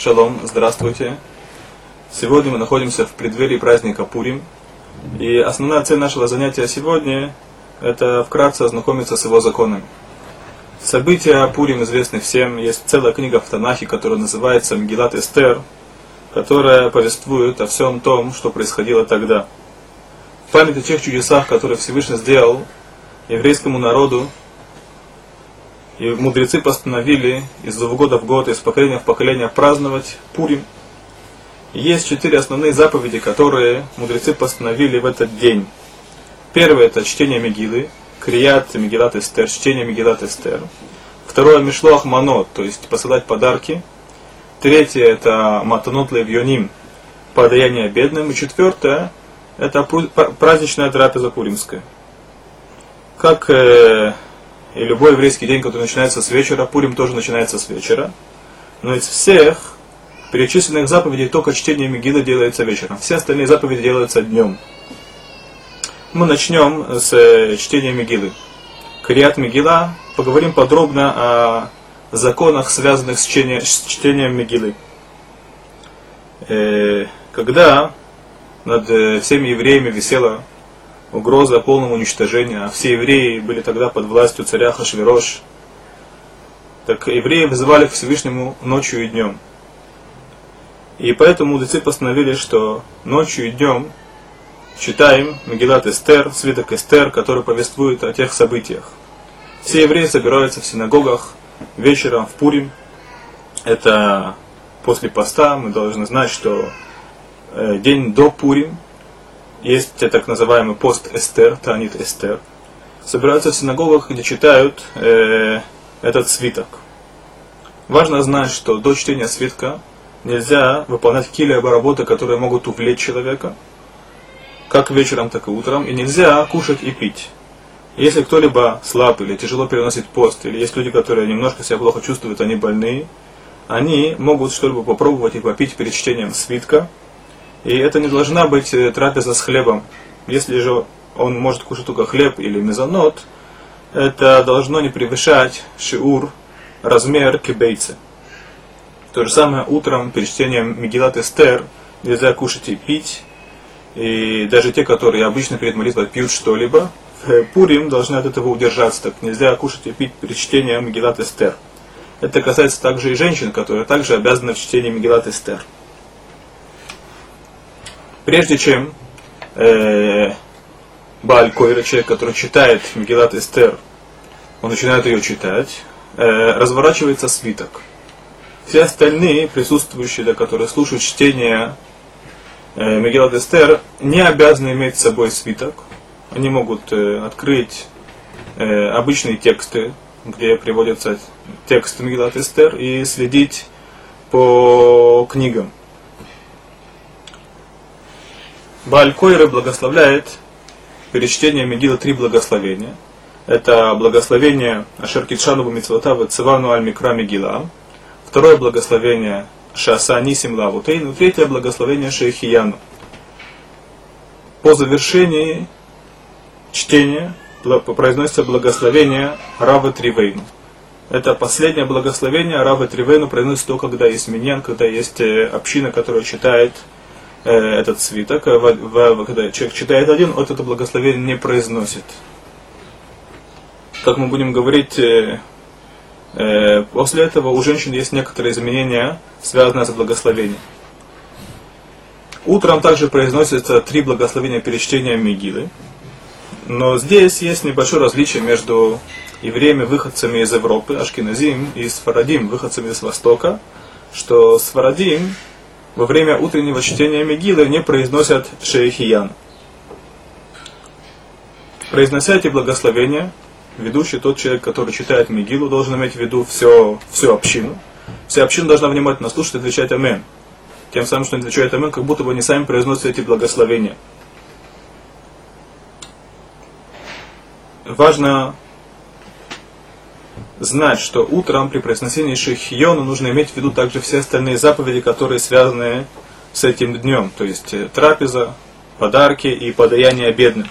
Шалом, здравствуйте. Сегодня мы находимся в преддверии праздника Пурим. И основная цель нашего занятия сегодня – это вкратце ознакомиться с его законами. События Пурим известны всем. Есть целая книга в Танахе, которая называется Мегилат Эстер, которая повествует о всем том, что происходило тогда. В память о тех чудесах, которые Всевышний сделал еврейскому народу, и мудрецы постановили из года в год, из поколения в поколение праздновать Пурим. Есть 4 основные заповеди, которые мудрецы постановили в этот день. Первое – это чтение Мегилы, Крият Мегилат Эстер, чтение Мегилат Эстер. Второе – Мишлоах Манот, то есть посылать подарки. Третье – это Матанот Левьоним, подаяние бедным. И четвертое – это праздничная трапеза пуримская. Как и любой еврейский день, который начинается с вечера, Пурим тоже начинается с вечера. Но из всех перечисленных заповедей только чтение Мегилы делается вечером. Все остальные заповеди делаются днем. Мы начнем с чтения Мегилы. Крият Мегила. Поговорим подробно о законах, связанных с чтением Мегилы. Когда над всеми евреями висела угроза полного уничтожения, а все евреи были тогда под властью царя Ахашвирош, так евреи вызывали к Всевышнему ночью и днем. И поэтому мудрецы постановили, что ночью и днем читаем Мегилат Эстер, свиток Эстер, который повествует о тех событиях. Все евреи собираются в синагогах вечером в Пурим. Это после поста. Мы должны знать, что день до Пурим есть так называемый пост Эстер, Таанит Эстер. Собираются в синагогах, где читают этот свиток. Важно знать, что до чтения свитка нельзя выполнять какие-либо работы, которые могут увлечь человека, как вечером, так и утром, и нельзя кушать и пить. Если кто-либо слаб или тяжело переносит пост, или есть люди, которые немножко себя плохо чувствуют, они больные, они могут что-либо попробовать и попить перед чтением свитка. И это не должна быть трапеза с хлебом. Если же он может кушать только хлеб или мезонот, это должно не превышать шиур, размер кибейцы. То же самое утром перед чтением Мегилат Эстер нельзя кушать и пить. И даже те, которые обычно перед молитвой пьют что-либо, в Пурим должны от этого удержаться. Так нельзя кушать и пить перед чтением Мегилат Эстер. Это касается также и женщин, которые также обязаны в чтении Мегилат Эстер. Прежде чем Бааль Койра, человек, который читает Мегилат Эстер, он начинает ее читать, разворачивается свиток. Все остальные присутствующие, которые слушают чтение Мегилат Эстер, не обязаны иметь с собой свиток. Они могут открыть обычные тексты, где приводятся тексты Мегилат Эстер, и следить по книгам. Бааль Койра благословляет перед чтением Мегилы 3 благословения. Это благословение Ашер Кидшану Бамицвота Вецевану Аль Микра Мегила. Второе благословение Шааса Нисим Лавутейну. Третье благословение Шейхияну. По завершении чтения произносится благословение Рава Тривейну. Это последнее благословение Рава Тривейну произносится только когда есть миньян, когда есть община, которая читает этот свиток. Когда человек читает один, вот это благословение не произносит. Как мы будем говорить, после этого у женщин есть некоторые изменения, связанные с благословением. Утром также произносятся 3 благословения перед чтением Мегилы. Но здесь есть небольшое различие между евреями-выходцами из Европы, Ашкеназим, и Сфарадим, выходцами с Востока, что Сфарадим во время утреннего чтения Мегилы не произносят Шейхиян. Произнося эти благословения, ведущий, тот человек, который читает Мегилу, должен иметь в виду всю общину. Вся община должна внимательно слушать и отвечать «Амен». Тем самым, что они отвечают «Амен», как будто бы они сами произносят эти благословения. Важно знать, что утром при произнесении Шейхияну нужно иметь в виду также все остальные заповеди, которые связаны с этим днем. То есть трапеза, подарки и подаяние бедным.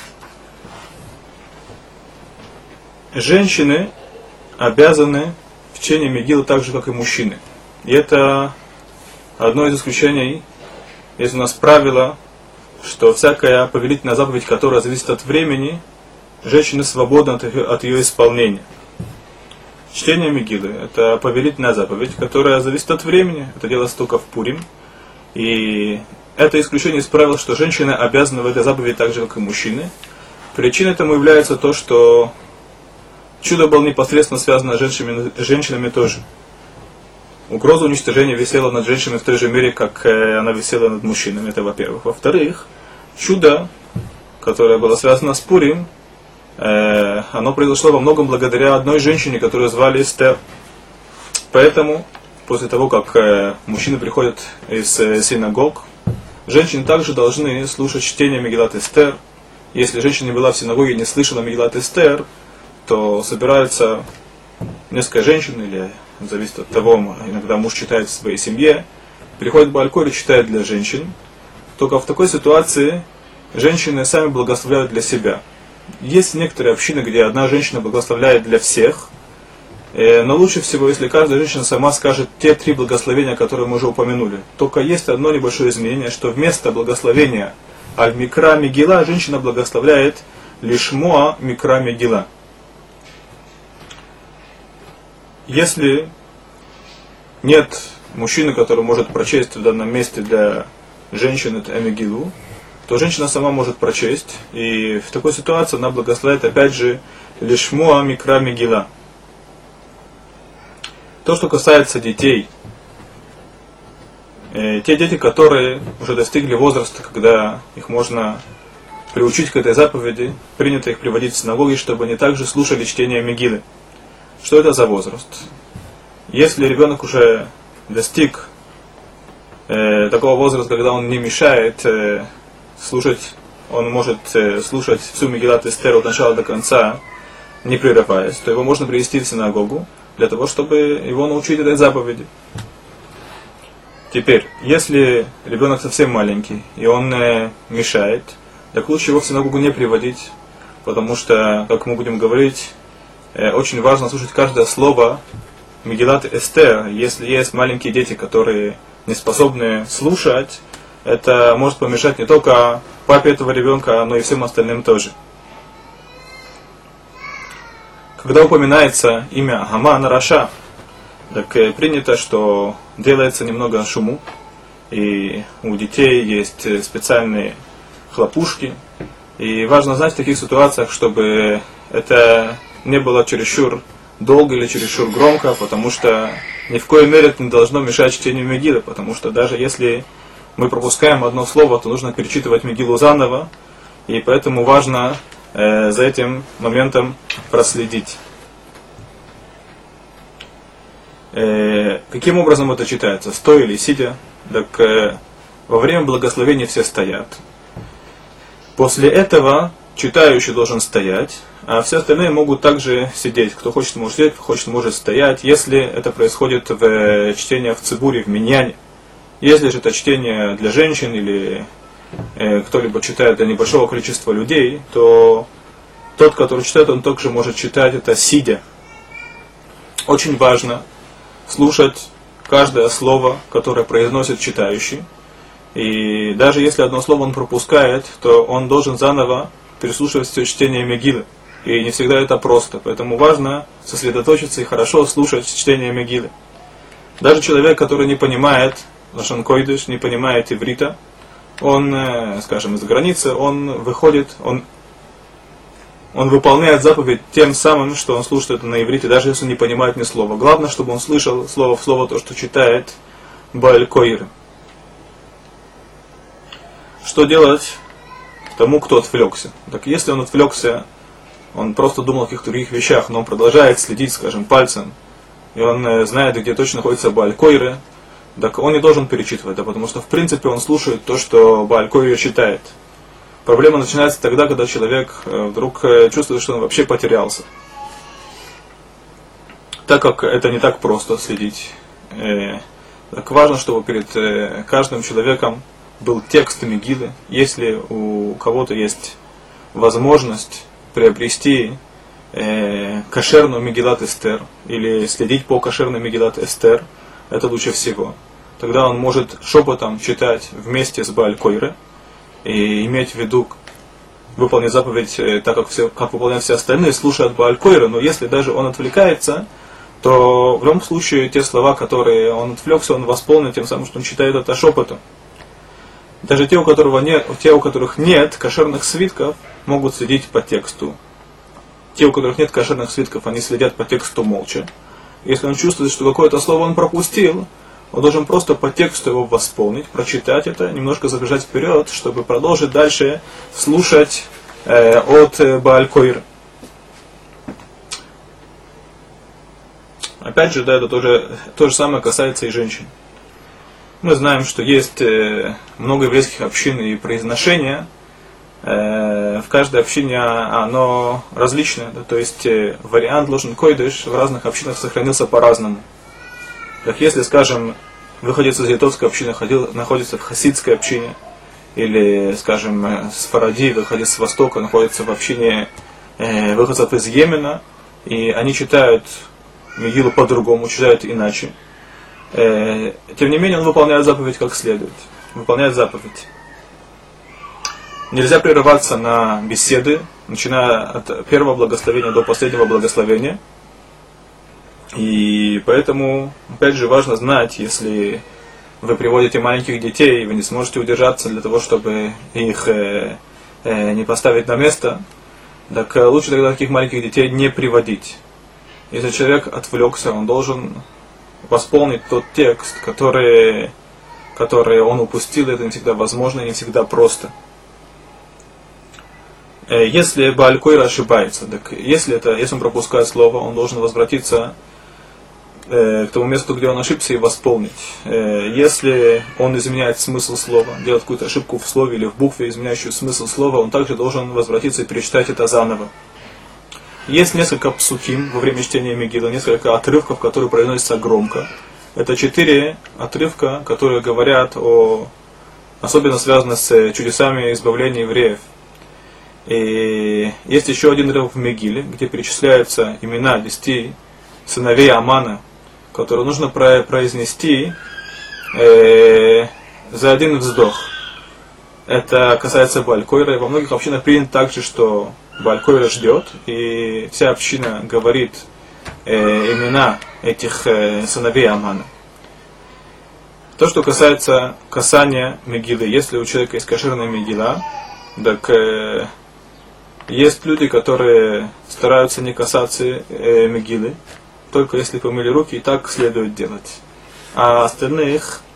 Женщины обязаны в в чтении Мегилы так же, как и мужчины. И это одно из исключений. Есть у нас правило, что всякая повелительная заповедь, которая зависит от времени, женщина свободна от ее исполнения. Чтение Мегилы – это повелительная заповедь, которая зависит от времени. Это делается только в Пурим. И это исключение из правил, что женщины обязаны в этой заповеди так же, как и мужчины. Причиной этому является то, что чудо было непосредственно связано с женщинами тоже. Угроза уничтожения висела над женщинами в той же мере, как она висела над мужчинами. Это во-первых. Во-вторых, чудо, которое было связано с Пурим, оно произошло во многом благодаря одной женщине, которую звали Эстер. Поэтому, после того, как мужчины приходят из синагог, женщины также должны слушать чтение Мегилат Эстер. Если женщина не была в синагоге и не слышала Мегилат Эстер, то собираются несколько женщин, или зависит от того, иногда муж читает в своей семье, приходит Бааль Кори и читает для женщин. Только в такой ситуации женщины сами благословляют для себя. Есть некоторые общины, где одна женщина благословляет для всех, но лучше всего, если каждая женщина сама скажет те 3 благословения, которые мы уже упомянули. Только есть одно небольшое изменение, что вместо благословения Аль-Микра Мегила женщина благословляет Лишмоа Микра Мегила. Если нет мужчины, который может прочесть в данном месте для женщины Мегилу, то женщина сама может прочесть, и в такой ситуации она благословляет опять же Лишмоа Микра Мегила. То, что касается детей, те дети, которые уже достигли возраста, когда их можно приучить к этой заповеди, принято их приводить в синагоги, чтобы они также слушали чтение Мегилы. Что это за возраст? Если ребенок уже достиг такого возраста, когда он не мешает слушать, он может слушать всю Мегилат Эстер от начала до конца, не прерываясь, то его можно привести в синагогу для того, чтобы его научить этой заповеди. Теперь, если ребенок совсем маленький и он мешает, так лучше его в синагогу не приводить, потому что, как мы будем говорить, очень важно слушать каждое слово Мегилат Эстер. Если есть маленькие дети, которые не способны слушать, это может помешать не только папе этого ребенка, но и всем остальным тоже. Когда упоминается имя Гаман Раша, так принято, что делается немного шуму, и у детей есть специальные хлопушки. И важно знать в таких ситуациях, чтобы это не было чересчур долго или чересчур громко, потому что ни в коей мере это не должно мешать чтению Мегилы, потому что даже если мы пропускаем одно слово, то нужно перечитывать Мегилу заново, и поэтому важно за этим моментом проследить. Каким образом это читается? Стоя или сидя? Так во время благословения все стоят. После этого читающий должен стоять, а все остальные могут также сидеть. Кто хочет, может сидеть, кто хочет, может стоять, если это происходит в чтении в цибуре, в миньяне. Если же это чтение для женщин или кто-либо читает для небольшого количества людей, то тот, который читает, он также может читать это сидя. Очень важно слушать каждое слово, которое произносит читающий. И даже если одно слово он пропускает, то он должен заново переслушивать все чтение Мегилы. И не всегда это просто. Поэтому важно сосредоточиться и хорошо слушать чтение Мегилы. Даже человек, который не понимает лашон койдыш, не понимает иврита, он, скажем, из-за границы, он выходит, он выполняет заповедь тем самым, что он слушает это на иврите, даже если он не понимает ни слова. Главное, чтобы он слышал слово в слово то, что читает Бааль Койр. Что делать тому, кто отвлекся? Так если он отвлекся, он просто думал о каких-то других вещах, но он продолжает следить, скажем, пальцем, и он знает, где точно находится Бааль Койр, так он не должен перечитывать, да, потому что в принципе он слушает то, что Бааль Койр читает. Проблема начинается тогда, когда человек вдруг чувствует, что он вообще потерялся. Так как это не так просто следить, так важно, чтобы перед каждым человеком был текст Мегилы. Если у кого-то есть возможность приобрести кошерную Мегилат Эстер, или следить по кошерной Мегилат Эстер, это лучше всего. Тогда он может шепотом читать вместе с Бааль Койре и иметь в виду выполнить заповедь так, как выполняют все остальные, слушая от Бааль Койре, но если даже он отвлекается, то в любом случае те слова, которые он отвлекся, он восполнит тем самым, что он читает это шепотом. Даже те, у которых нет кошерных свитков, могут следить по тексту. Те, у которых нет кошерных свитков, они следят по тексту молча. Если он чувствует, что какое-то слово он пропустил, он должен просто по тексту его восполнить, прочитать это, немножко забежать вперед, чтобы продолжить дальше слушать от Бааль Койре. Опять же, да, это то же самое касается и женщин. Мы знаем, что есть много еврейских общин и произношения. В каждой общине оно различное. Да, то есть вариант Лошен Койдыш в разных общинах сохранился по-разному. Так если, скажем, выходец из литовской общины находится в хасидской общине, или, скажем, Сфаради, выходец с востока, находится в общине выходцев из Йемена, и они читают Мегилу по-другому, читают иначе. Тем не менее, он выполняет заповедь как следует. Выполняет заповедь. Нельзя прерываться на беседы, начиная от первого благословения до последнего благословения. И поэтому, опять же, важно знать, если вы приводите маленьких детей, и вы не сможете удержаться для того, чтобы их не поставить на место, так лучше тогда таких маленьких детей не приводить. Если человек отвлекся, он должен восполнить тот текст, который он упустил. Это не всегда возможно, не всегда просто. Если Бааль Койре ошибается, так если он пропускает слово, он должен возвратиться к тому месту, где он ошибся, и восполнить. Если он изменяет смысл слова, делает какую-то ошибку в слове или в букве, изменяющую смысл слова, он также должен возвратиться и перечитать это заново. Есть несколько псуким во время чтения Мегилы, несколько отрывков, которые произносятся громко. Это 4 отрывка, которые говорят особенно связаны с чудесами избавления евреев. И есть еще один отрывок в Мегиле, где перечисляются имена 10 сыновей Амана, которые нужно произнести за один вздох. Это касается Бааль Койре. Во многих общинах принято также, что Бааль Койре ждет, и вся община говорит имена этих сыновей Амана. То, что касается касания Мегилы, если у человека есть кошерная Мегила, так есть люди, которые стараются не касаться Мегилы, только если помыли руки, и так следует делать. А остальных